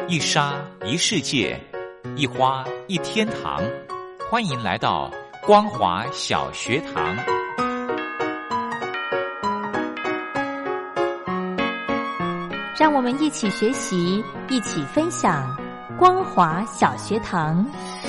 一沙一世界，一花一天堂。欢迎来到光华小学堂。 让我们一起学习，一起分享光华小学堂。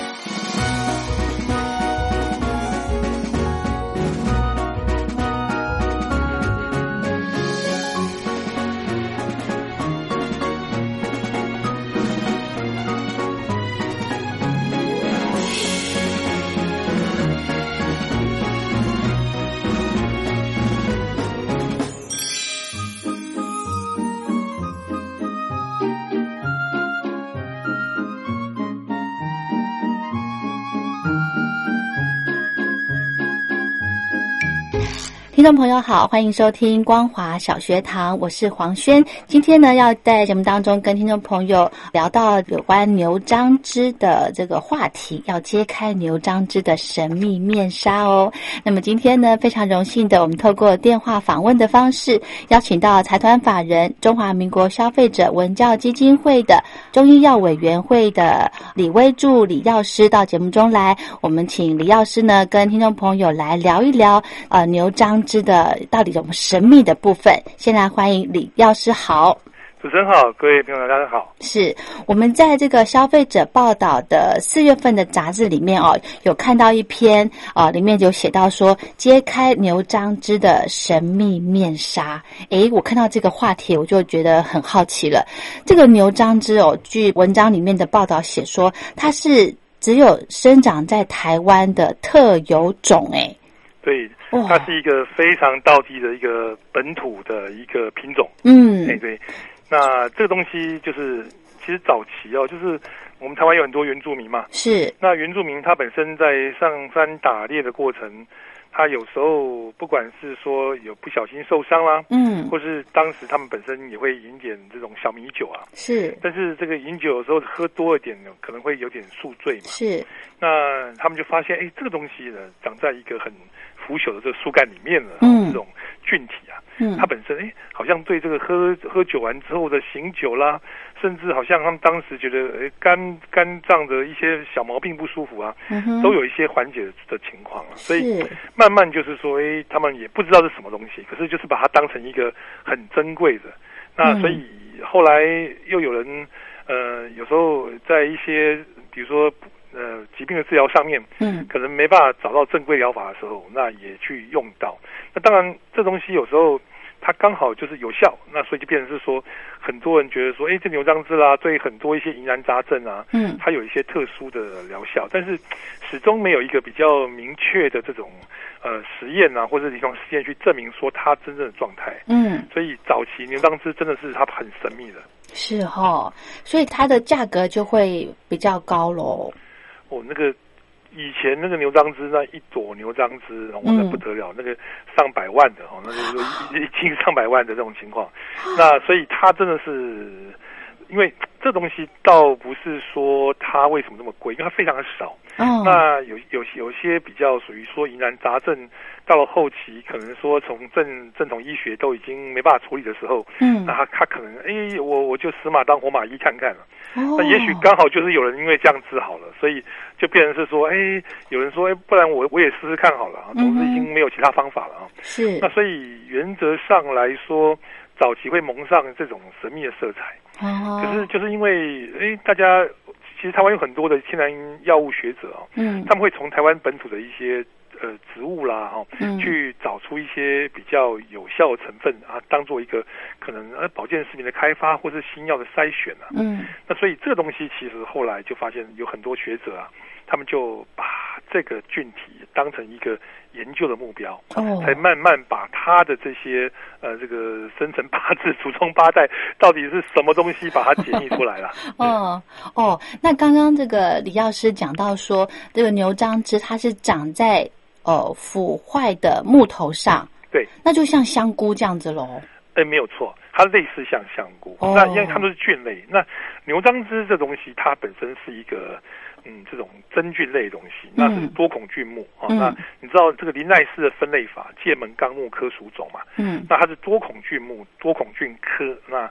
听众朋友好，欢迎收听光华小学堂，我是黄轩。今天呢，要在节目当中跟听众朋友聊到有关牛樟芝的这个话题，要揭开牛樟芝的神秘面纱哦。那么今天呢，非常荣幸的，我们透过电话访问的方式，邀请到财团法人中华民国消费者文教基金会的中医药委员会的李威助李药师到节目中来。我们请李药师呢，跟听众朋友来聊一聊牛樟芝的到底有什么神秘的部分。先来欢迎李药师好。 主持人好，各位朋友大家好。 是我们在这个消费者报道的4月份的杂志里面有看到一篇里面有写到说揭开牛樟芝的神秘面纱。我看到这个话题我就觉得很好奇了。这个牛樟芝据文章里面的报道写说，它是只有生长在台湾的特有种。 对，它是一个非常道地的一个本土的一个品种。对。那这个东西就是其实早期就是我们台湾有很多原住民嘛。是。那原住民他本身在上山打猎的过程，他有时候不管是说有不小心受伤啦，或是当时他们本身也会饮点这种小米酒啊。是。但是这个饮酒有时候喝多一点可能会有点宿醉嘛。是。那他们就发现这个东西呢长在一个很腐朽的这个树干里面了，这种菌体啊，它本身好像对这个喝酒完之后的醒酒啦，甚至好像他们当时觉得肝脏的一些小毛病不舒服啊，都有一些缓解的情况啊。所以慢慢就是说他们也不知道是什么东西，可是就是把它当成一个很珍贵的。那所以后来又有人有时候在一些比如说疾病的治疗上面，可能没办法找到正规疗法的时候，那也去用到。那当然，这东西有时候它刚好就是有效，那所以就变成是说，很多人觉得说，这牛樟芝啦，对很多一些疑难杂症啊，它有一些特殊的疗效，但是始终没有一个比较明确的这种实验啊，或者临床实验去证明说它真正的状态。所以早期牛樟芝真的是它很神秘的。是所以它的价格就会比较高咯。那个以前那个牛樟芝，那一朵牛樟芝，那不得了，那个上百万的那就是说一斤上百万的这种情况。那所以它真的是，因为这东西倒不是说它为什么这么贵，因为它非常的少。那有些比较属于说疑难杂症，到了后期可能说从正统医学都已经没办法处理的时候，那他可能我就死马当活马医看看了。那也许刚好就是有人因为这样治好了，所以就变成是说有人说不然我也试试看好了，总之已经没有其他方法了啊。是。那所以原则上来说，早期会蒙上这种神秘的色彩。可是就是因为大家其实台湾有很多的天然药物学者他们会从台湾本土的一些植物啦去找出一些比较有效的成分啊，当做一个可能保健食品的开发或是新药的筛选啊。那所以这个东西其实后来就发现有很多学者啊，他们就把这个菌体当成一个研究的目标，才慢慢把它的这些这个生辰八字、祖宗八代到底是什么东西，把它解密出来了。 那刚刚这个李药师讲到说，这个牛樟芝它是长在腐坏的木头上，对，那就像香菇这样子咯。 没有错，它类似像香菇。那因为它们都是菌类，那牛樟芝这东西它本身是一个这种真菌类的东西，那是多孔菌目那你知道这个林奈斯的分类法，界门纲目科属种嘛？那它是多孔菌目、多孔菌科，那它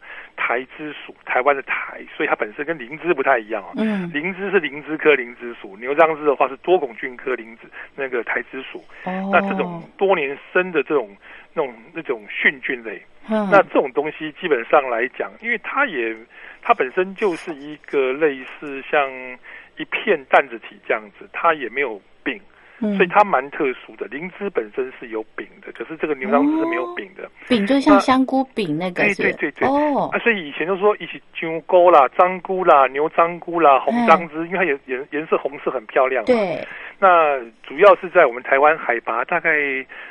台枝属，台湾的台，所以它本身跟灵芝不太一样哦。灵芝是灵芝科灵芝属，牛樟芝的话是多拱菌科灵芝那个台枝属。那这种多年生的那种菌菌类，那这种东西基本上来讲，因为它本身就是一个类似像一片担子体这样子，它也没有柄。所以它蛮特殊的，灵芝本身是有柄的，可是这个牛樟芝是没有柄的。柄就像香菇柄那个是。 对。所以以前都说一起香菇啦、樟菇啦、牛樟菇啦、红樟芝，因为它颜色红色很漂亮嘛。 对。 那主要是在我们台湾海拔大概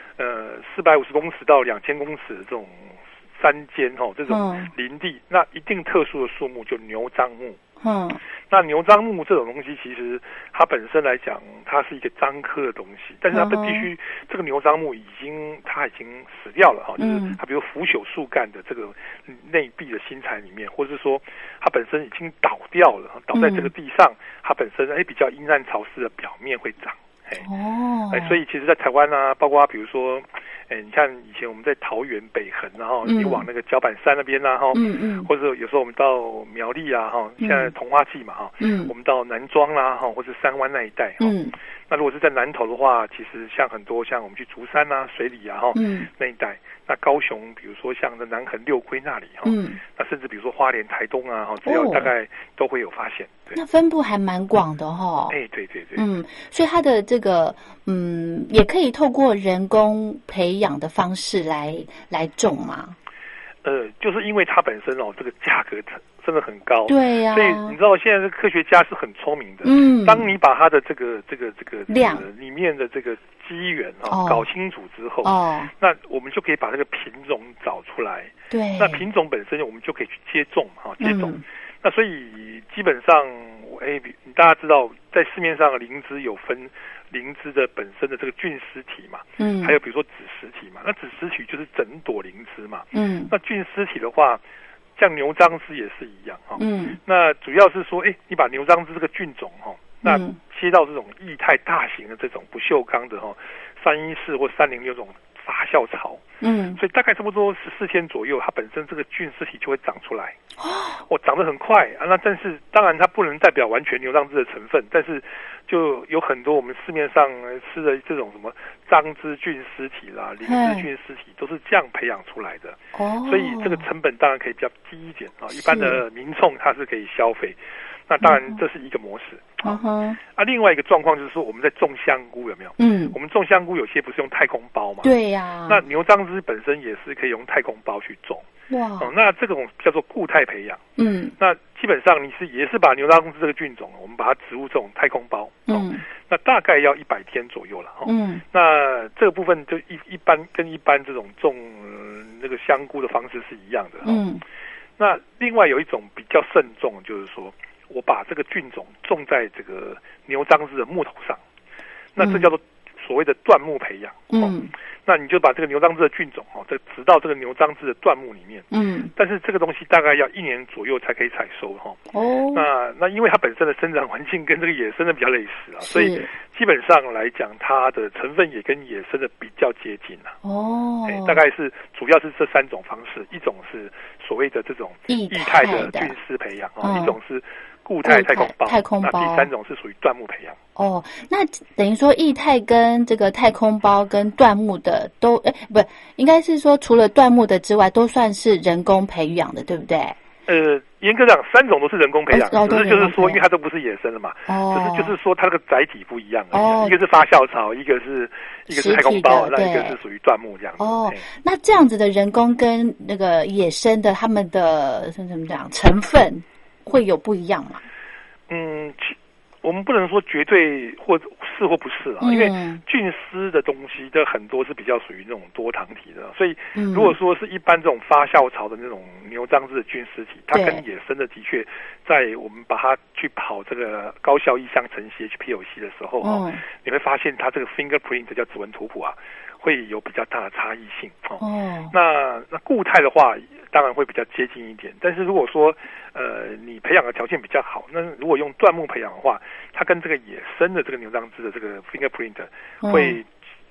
450公尺到2000公尺的这种山间这种林地，那一定特殊的树木就牛樟木。那牛樟木这种东西，其实它本身来讲，它是一个樟科的东西，但是它必须这个牛樟木它已经死掉了就是它比如腐朽树干的这个内壁的新材里面，或者是说它本身已经倒掉了，倒在这个地上，它本身比较阴暗潮湿的表面会长。所以其实在台湾啊，包括比如说你看以前我们在桃园北横，然后你往那个角板山那边啊或者有时候我们到苗栗啊现在桐花季嘛我们到南庄啦或者山湾那一带那如果是在南投的话，其实像很多像我们去竹山啊、水里啊那一带，那高雄比如说像在南横六龟那里那甚至比如说花莲、台东啊只要大概都会有发现。对， 那分布还蛮广的对。 所以它的这个也可以透过人工培养的方式来种嘛。 就是因为它本身这个价格真的很高， 对呀， 所以你知道现在的科学家是很聪明的，当你把它的这个量里面的这个机缘搞清楚之后，那我们就可以把这个品种找出来， 对， 那品种本身我们就可以去接种接种，那所以基本上大家知道在市面上灵芝有分灵芝的本身的这个菌丝体嘛，还有比如说子实体嘛，那子实体就是整朵灵芝嘛，那菌丝体的话，像牛樟芝也是一样那主要是说你把牛樟芝这个菌种那切到这种液态大型的这种不锈钢的314或306这种发酵槽，所以大概差不多14天左右，它本身这个菌丝体就会长出来，长得很快那但是当然它不能代表完全牛樟芝的成分，但是就有很多我们市面上吃的这种什么樟芝菌丝体啦、灵芝菌丝体都是这样培养出来的，所以这个成本当然可以比较低一点一般的民众它是可以消费。那当然这是一个模式另外一个状况就是说我们在种香菇有没有我们种香菇有些不是用太空包嘛， 对呀， 那牛樟芝本身也是可以用太空包去种那这种叫做固态培养那基本上你也是把牛樟芝这个菌种我们把它植入这种太空包那大概要100天左右了那这个部分就一般这种种那个香菇的方式是一样的那另外有一种比较慎重，就是说我把这个菌种种在这个牛樟芝的木头上，那这叫做所谓的断木培养那你就把这个牛樟芝的菌种植到这个牛樟芝的断木里面但是这个东西大概要1年左右才可以采收那因为它本身的生长环境跟这个野生的比较类似所以基本上来讲它的成分也跟野生的比较接近大概是主要是这3种方式，一种是所谓的这种液态的菌丝培养一种是固态太空包，那第3种是属于断木培养那等于说液态跟这个太空包跟断木的都不应该是说除了断木的之外都算是人工培养的，对不对？ 严格讲3种都是人工培养只是就是说因为它都不是野生的嘛只是就是说它那个载体不一样一个是发酵槽，一个是太空包那一个是属于断木这样那这样子的人工跟那个野生的他们的怎么讲成分会有不一样吗？ 我们不能说绝对或是或不是因为菌丝的东西的很多是比较属于那种多糖体的，所以如果说是一般这种发酵槽的那种牛樟芝的菌丝体，它跟野生的确在我们把它去跑这个高效液相承袭 HPLC 的时候你会发现它这个 fingerprint 叫指纹图谱会有比较大的差异性那固态的话当然会比较接近一点，但是如果说你培养的条件比较好，那如果用断木培养的话，它跟这个野生的这个牛樟芝的这个 fingerprint 会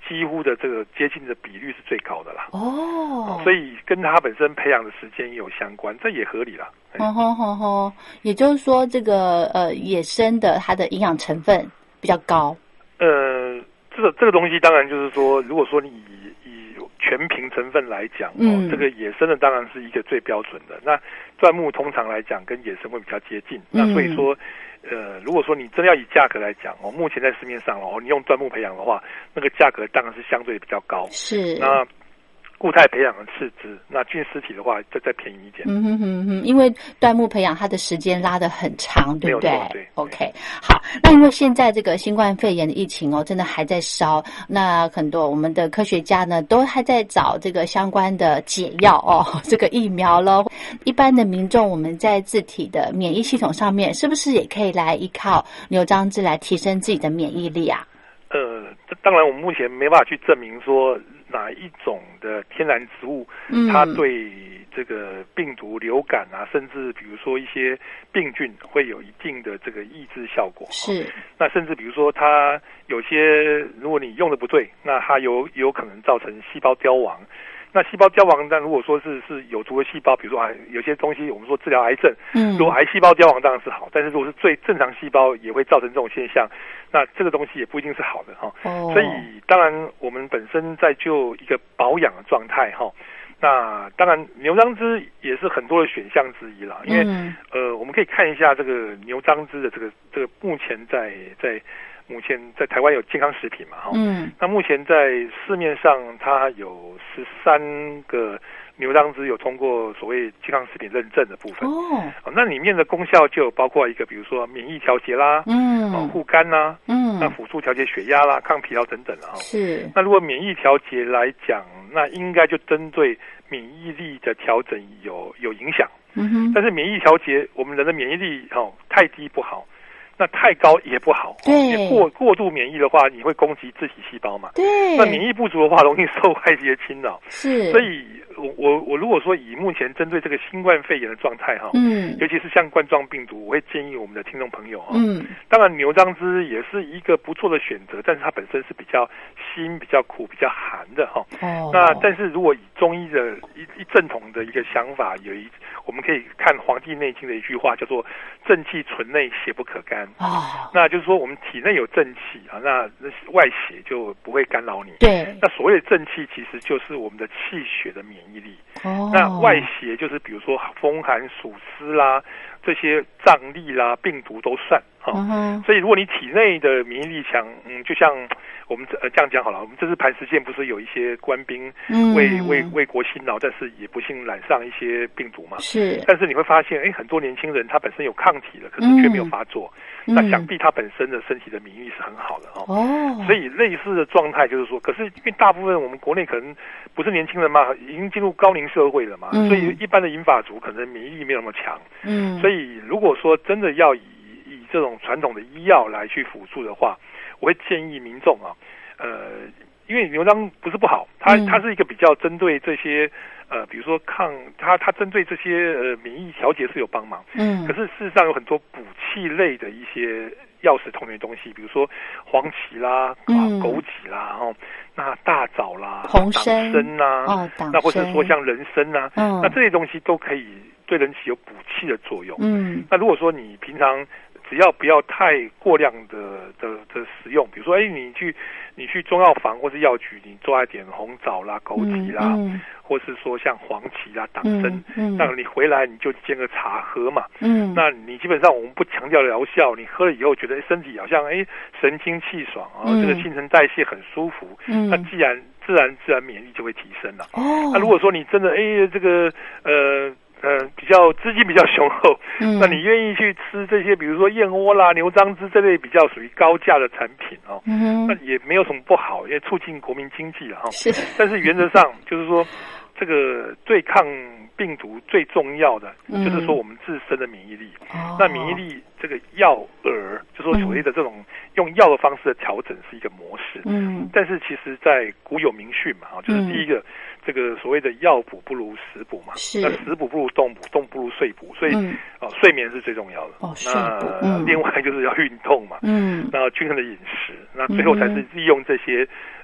几乎的这个接近的比率是最高的啦。 哦， 所以跟它本身培养的时间也有相关，这也合理啦。 也就是说，这个野生的它的营养成分比较高。 这个东西当然就是说，如果说你以全凭成分来讲，这个野生的当然是一个最标准的。那椴木通常来讲跟野生会比较接近。那所以说，如果说你真的要以价格来讲，目前在市面上你用椴木培养的话，那个价格当然是相对比较高。 是。 那固态培养的次之，那菌丝体的话再便宜一点。 因为椴木培养它的时间拉得很长，对不对？ 对。 OK， 好。那因为现在这个新冠肺炎的疫情真的还在烧，那很多我们的科学家呢都还在找这个相关的解药这个疫苗咯。一般的民众我们在自体的免疫系统上面，是不是也可以来依靠牛樟芝来提升自己的免疫力啊？ 当然我们目前没办法去证明说哪一种的天然植物，它对这个病毒、流感啊，甚至比如说一些病菌会有一定的这个抑制效果。 是。 那甚至比如说它有些，如果你用的不对，那它有可能造成细胞凋亡。那细胞凋亡，但如果说是有毒的细胞，比如说有些东西我们说治疗癌症，如果癌细胞凋亡当然是好，但是如果是最正常细胞也会造成这种现象，那这个东西也不一定是好的所以当然我们本身在就一个保养的状态那当然牛樟芝也是很多的选项之一啦，因为我们可以看一下这个牛樟芝的这个目前目前在台湾有健康食品嘛那目前在市面上它有13个牛樟芝有通过所谓健康食品认证的部分那里面的功效就有包括一个比如说免疫调节啦护肝啦那辅助调节血压啦抗疲劳等等啦是。那如果免疫调节来讲，那应该就针对免疫力的调整有影响但是免疫调节我们人的免疫力太低不好，那太高也不好， 对， 过度免疫的话，你会攻击自体细胞嘛？ 对， 那免疫不足的话，容易受外界侵扰。 是， 所以我如果说以目前针对这个新冠肺炎的状态尤其是像冠状病毒，我会建议我们的听众朋友当然牛樟芝也是一个不错的选择，但是它本身是比较辛、比较苦、比较寒的那但是如果以中医的一正统的一个想法，我们可以看《黄帝内经》的一句话，叫做“正气存内，邪不可干”。那就是说我们体内有正气那外邪就不会干扰你。 对。 那所谓的正气，其实就是我们的气血的免疫力。那外邪就是比如说风寒暑湿啦，这些瘴疠啦、病毒都算所以如果你体内的免疫力强，就像我们这样讲好了，我们这次磐石县不是有一些官兵为国辛劳，但是也不幸染上一些病毒嘛。 是。 但是你会发现，很多年轻人他本身有抗体了，可是却没有发作。那想必他本身的身体的免疫力是很好的所以类似的状态就是说，可是因为大部分我们国内可能不是年轻人嘛，已经进入高龄社会了嘛，所以一般的银发族可能免疫力没有那么强。所以如果说真的要以这种传统的医药来去辅助的话，我会建议民众因为牛樟不是不好，它是一个比较针对这些比如说它针对这些免疫调节是有帮忙。可是事实上有很多补气类的一些药食同源东西，比如说黄芪啦、枸杞啦那大枣啦、 红参啦那或者说像人参啊那这些东西都可以对人体有补气的作用。那如果说你平常只要不要太过量的食用，比如说你去中药房或是药局，你多一点红枣啦、枸杞啦或是说像黄芪啦、党参那你回来你就煎个茶喝嘛那你基本上我们不强调疗效，你喝了以后觉得身体好像神清气爽这个新陈代谢很舒服那自然免疫力就会提升了那如果说你真的这个比较资金比较雄厚那你愿意去吃这些比如说燕窝啦、牛樟芝这类比较属于高价的产品那也没有什么不好，因为促进国民经济了但是原则上就是说这个对抗病毒最重要的就是说我们自身的免疫力那免疫力这个药饵就说所谓的这种用药的方式的调整是一个模式但是其实在古有明训嘛就是第一个这个所谓的药补不如食补嘛那食补不如动补，动不如睡补，所以睡眠是最重要的那另外就是要运动嘛那均衡的饮食，那最后才是利用这些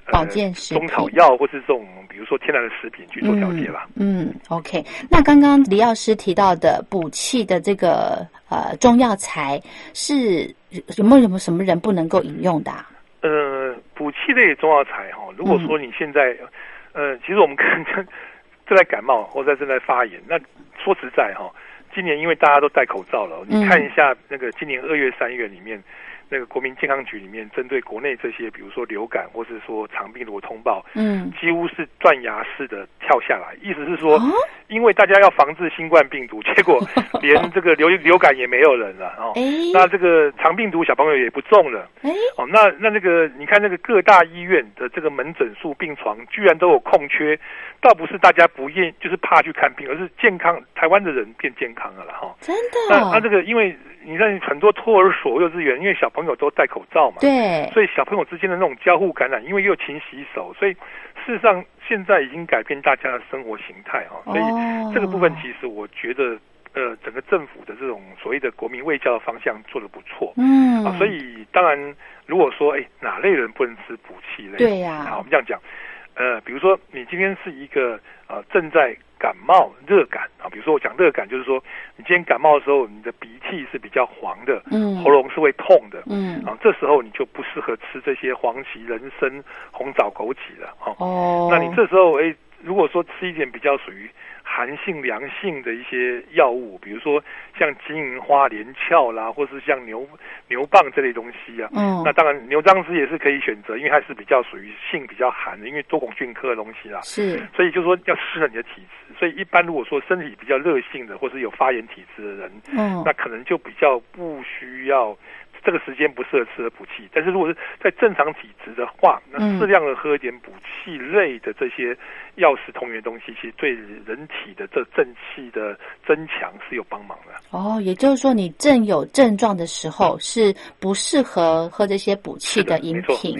保健食品、 中草药或是这种比如说天然的食品去做调节啦。 OK。那刚刚李药师提到的补气的这个中药材是有没有什么人不能够饮用的啊？ 补气类中药材如果说你现在其实我们可能正在感冒或者正在发炎，那说实在今年因为大家都戴口罩了，你看一下那个今年2月3月里面那个国民健康局里面针对国内这些比如说流感或是说肠病毒通报，几乎是断崖式的跳下来，意思是说因为大家要防治新冠病毒，结果连这个流感也没有人了那这个肠病毒小朋友也不中了那个你看那个各大医院的这个门诊数病床居然都有空缺，倒不是大家不愿就是怕去看病，而是健康台湾的人变健康了真的那这个因为你看很多托儿所幼稚园因为小朋友都戴口罩嘛， 对， 所以小朋友之间的那种交互感染，因为又勤洗手，所以事实上现在已经改变大家的生活形态所以这个部分其实我觉得整个政府的这种所谓的国民卫教的方向做得不错所以当然如果说哪类人不能吃补气类， 对呀好，我们这样讲比如说你今天是一个正在感冒热感比如说我讲热感就是说你今天感冒的时候你的鼻涕是比较黄的喉咙是会痛的这时候你就不适合吃这些黄芪人参红枣枸杞了那你这时候如果说吃一点比较属于寒性凉性的一些药物，比如说像金银花连翘啦，或是像牛蒡这类东西那当然牛樟芝也是可以选择，因为它是比较属于性比较寒的，因为多孔菌科的东西啦， 是， 所以就说要适合你的体质。所以一般如果说身体比较热性的或是有发炎体质的人那可能就比较不需要这个时间不适合吃的补气，但是如果是在正常体质的话，那适量的喝一点补气类的这些药食同源的东西，其实对人体的这正气的增强是有帮忙的。 也就是说你正有症状的时候是不适合喝这些补气的饮品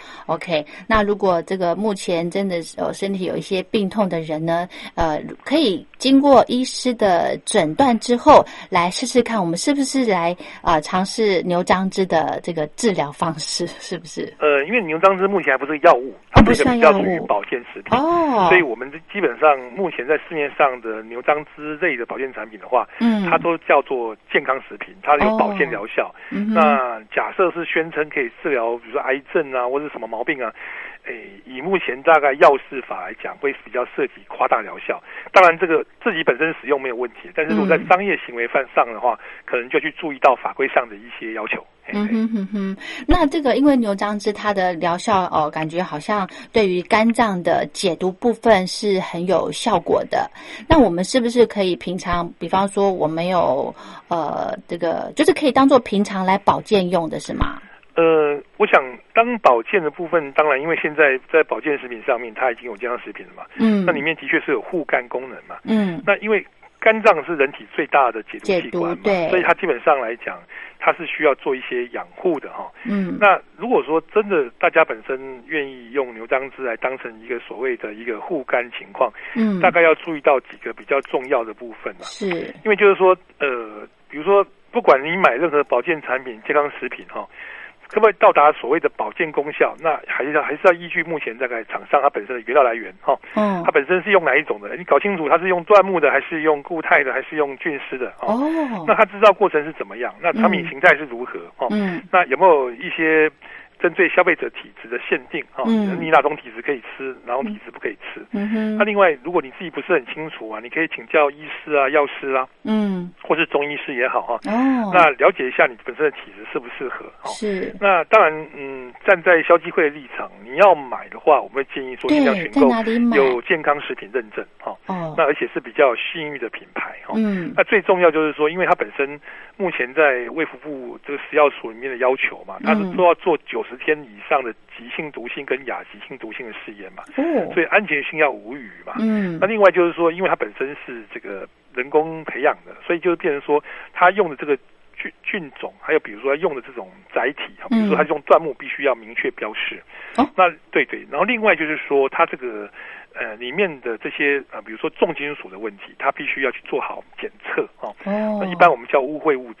OK。那如果这个目前真的身体有一些病痛的人呢可以经过医师的诊断之后来试试看，我们是不是来尝试牛樟芝的这个治疗方式，是不是？ 因为牛樟芝目前还不是药物，它是一个比较属于保健食品所以我们基本上目前在市面上的牛樟芝类的保健产品的话它都叫做健康食品，它有保健疗效那假设是宣称可以治疗比如说癌症或者什么毛病以目前大概药事法来讲会比较涉及夸大疗效，当然这个自己本身使用没有问题，但是如果在商业行为上的话可能就去注意到法规上的一些要求那这个因为牛樟芝它的疗效感觉好像对于肝脏的解毒部分是很有效果的，那我们是不是可以平常比方说我们有这个就是可以当做平常来保健用的是吗？ 我想当保健的部分，当然因为现在在保健食品上面它已经有健康食品了嘛那里面的确是有护肝功能嘛那因为肝脏是人体最大的解毒器官嘛，所以它基本上来讲它是需要做一些养护的那如果说真的大家本身愿意用牛樟芝来当成一个所谓的一个护肝情况大概要注意到几个比较重要的部分是因为就是说比如说不管你买任何保健产品健康食品可不可以到达所谓的保健功效，那还是要依据目前大概厂商它本身的原料来源它本身是用哪一种的，你搞清楚它是用椴木的还是用固态的还是用菌丝的那它制造过程是怎么样，那产品形态是如何那有没有一些针对消费者体质的限定你哪种体质可以吃，哪种体质不可以吃那另外如果你自己不是很清楚你可以请教医师药师或是中医师也好那了解一下你本身的体质适不适合是那当然站在消基会的立场，你要买的话我们会建议说尽量选购有健康食品认证那而且是比较信誉的品牌那最重要就是说因为它本身目前在卫福部这个食药署里面的要求嘛它是都要做90天以上的急性毒性跟亚急性毒性的试验嘛所以安全性要无虞嘛那另外就是说因为它本身是这个人工培养的，所以就变成说它用的这个菌种还有比如说用的这种载体比如说它用椴木必须要明确标示那对然后另外就是说它这个里面的这些比如说重金属的问题它必须要去做好检测那一般我们叫污秽物质，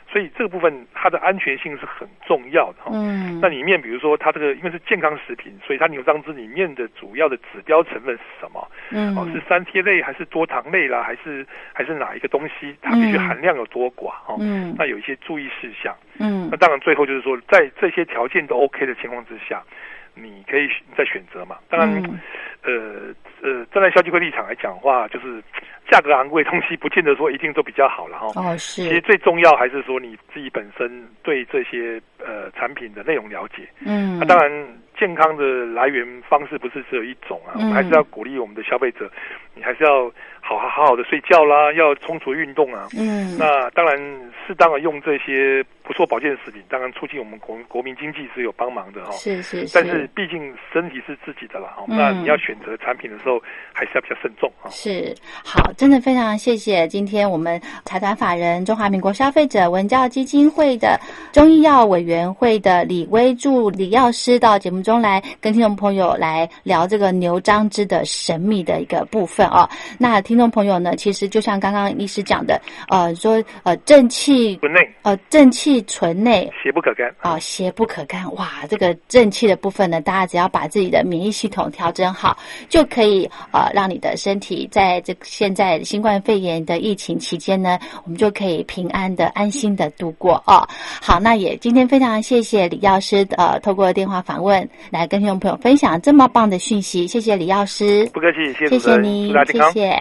所以这个部分它的安全性是很重要的。那里面比如说它这个因为是健康食品，所以它牛樟芝里面的主要的指标成分是什么？是三萜类还是多糖类啦，还是哪一个东西？它必须含量有多寡？那有一些注意事项。那当然最后就是说，在这些条件都 OK 的情况之下，你可以再选择嘛。当然，站在消基会立场来讲的话，就是价格昂贵的东西，不见得说一定都比较好了哈。 是。 其实最重要还是说你自己本身对这些产品的内容了解。那当然，健康的来源方式不是只有一种啊，我们还是要鼓励我们的消费者，你还是要好好的睡觉啦，要充足运动啊。那当然，适当的用这些不错保健食品，当然促进我们国民经济是有帮忙的哈。 是。 但是毕竟身体是自己的啦，那你要选择产品的时候，还是要比较慎重啊。 是，好，真的非常谢谢今天我们财团法人中华民国消费者文教基金会的中医药委员会的李威助李药师到节目中来跟听众朋友来聊这个牛樟芝的神秘的一个部分哦。那听众朋友呢，其实就像刚刚医师讲的，说正气纯内， 正气纯内， 邪不可干邪不可干。哇，这个正气的部分呢，大家只要把自己的免疫系统调整好，就可以让你的身体在现在新冠肺炎的疫情期间呢，我们就可以平安的安心的度过哦。好，那也今天非常谢谢李药师透过电话访问来跟听众朋友分享这么棒的讯息，谢谢李药师。 不客气， 谢谢您，谢谢。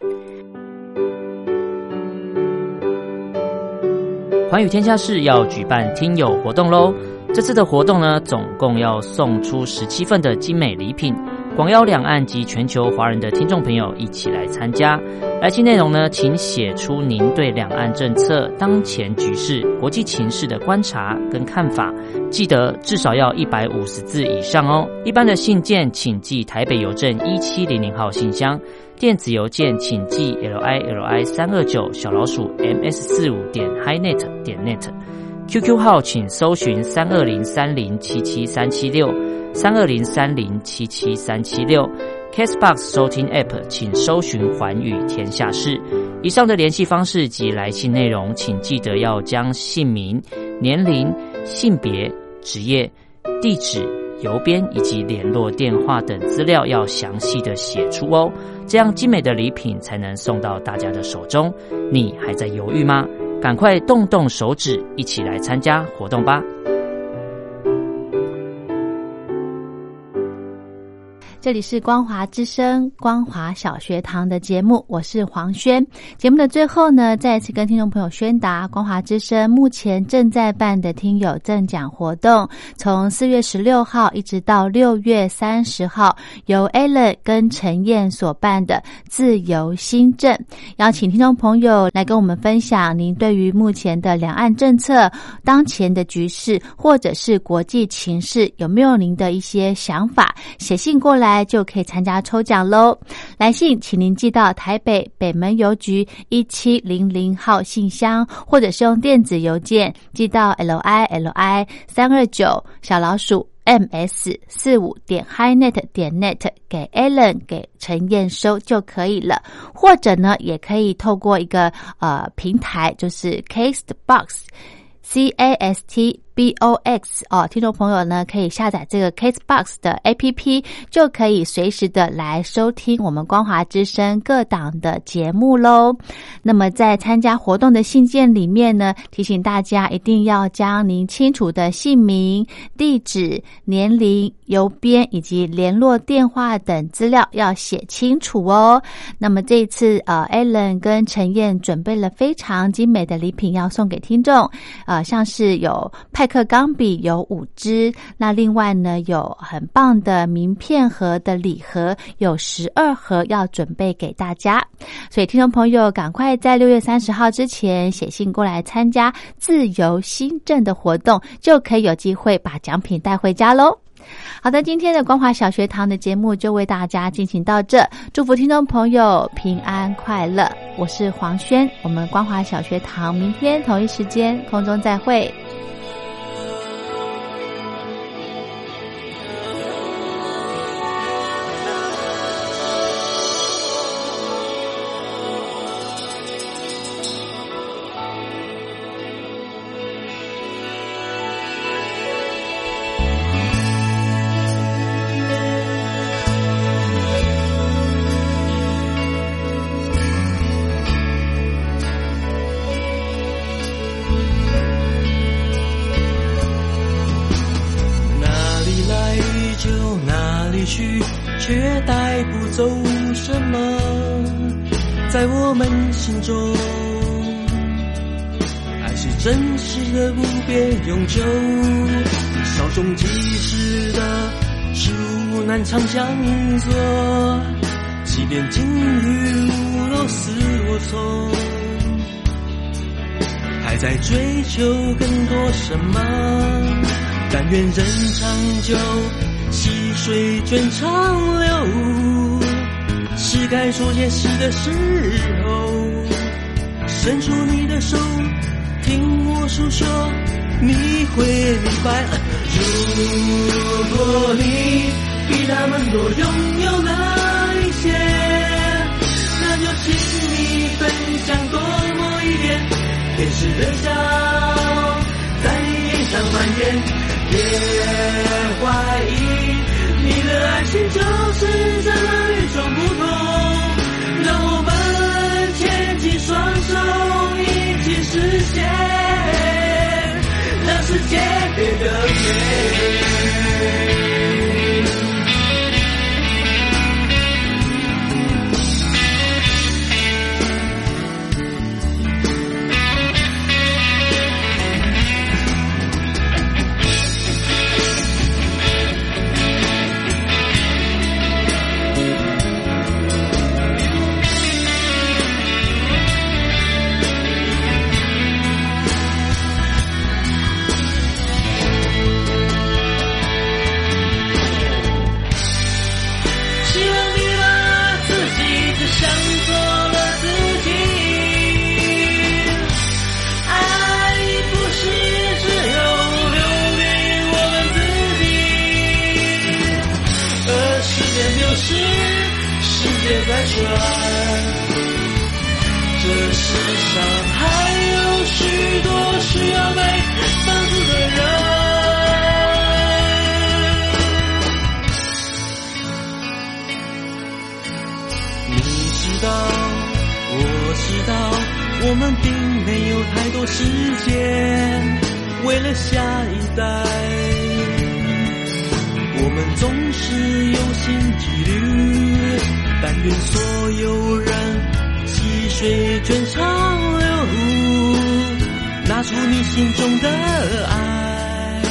寰宇天下室要举办听友活动咯，这次的活动呢，总共要送出17份的精美礼品，广邀两岸及全球华人的听众朋友一起来参加。来信内容呢，请写出您对两岸政策、当前局势、国际情势的观察跟看法，记得至少要150字以上哦。一般的信件请寄台北邮政1700号信箱，电子邮件请寄 lili329小老鼠ms45.highnet.net，QQ 号请搜寻3230-3077376，3230-77376，Castbox 收听 App 请搜寻寰宇天下室。以上的联系方式及来信内容，请记得要将姓名、年龄、性别、职业、地址、邮编以及联络电话等资料要详细的写出哦，这样精美的礼品才能送到大家的手中。你还在犹豫吗？赶快动动手指，一起来参加活动吧！ 这里是光华之声光华小学堂的节目，我是黄轩。节目的最后呢，再一次跟听众朋友宣达光华之声目前正在办的听友赠奖活动，从4月16号一直到6月30号，由 Alan 跟陈燕所办的自由新政，邀请听众朋友来跟我们分享您对于目前的两岸政策、当前的局势或者是国际情势有没有您的一些想法，写信过来就可以参加抽奖咯。来信请您寄到台北北门邮局1700号信箱，或者是用电子邮件寄到 lili329小老鼠ms45.highnet.net 给 Alan 给陈燕收就可以了，或者呢也可以透过一个平台，就是 Castbox CASTBOX 听众朋友呢可以下载这个 Castbox 的 APP， 就可以随时的来收听我们光华之声各档的节目咯。那么在参加活动的信件里面呢，提醒大家一定要将您清楚的姓名、地址、年龄、邮编以及联络电话等资料要写清楚哦。那么这一次Alan 跟陈燕准备了非常精美的礼品要送给听众，像是有派克钢笔有5支，那另外呢有很棒的名片盒的礼盒有12盒要准备给大家，所以听众朋友赶快在6月30号之前写信过来参加自由新政的活动，就可以有机会把奖品带回家咯。好的，今天的光华小学堂的节目就为大家进行到这，祝福听众朋友平安快乐。我是黄轩，我们光华小学堂明天同一时间空中再会。 去，却带不走什么，在我们心中，爱是真实的，不变永久。稍纵即逝的事物难常相左，即便境遇如螺丝我从，还在追求更多什么？但愿人长久，细水卷长流，是该说些事的时候，伸出你的手，听我诉说，你会明白。如果你比他们多拥有了一些，那就请你分享多么一点，天使的笑在你脸上蔓延。别怀疑，你的爱情就是这么与众不同，让我们牵起双手一起实现，让世界变得美。在转，这世上还有许多需要被帮助的人。你知道，我知道，我们并没有太多时间，为了下一代，我们总是有心积虑。但愿所有人细水卷长流，拿出你心中的爱，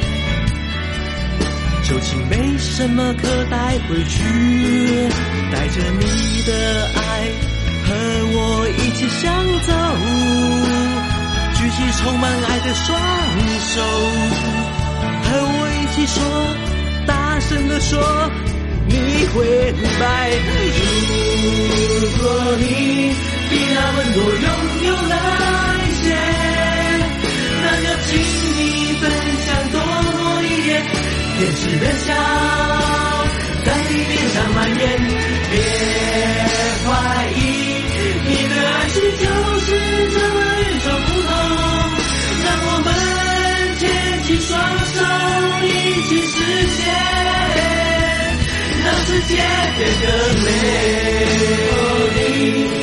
旧情没什么可带回去，带着你的爱和我一起向走，举起充满爱的双手，和我一起说，大声地说，你会明白。如果你比他们多拥有了一些，那就请你分享多么一点，天使的笑在你脸上蔓延。别怀疑，你的爱情就是这么与众不同，让我们牵起双手一起实现，让世界变得美。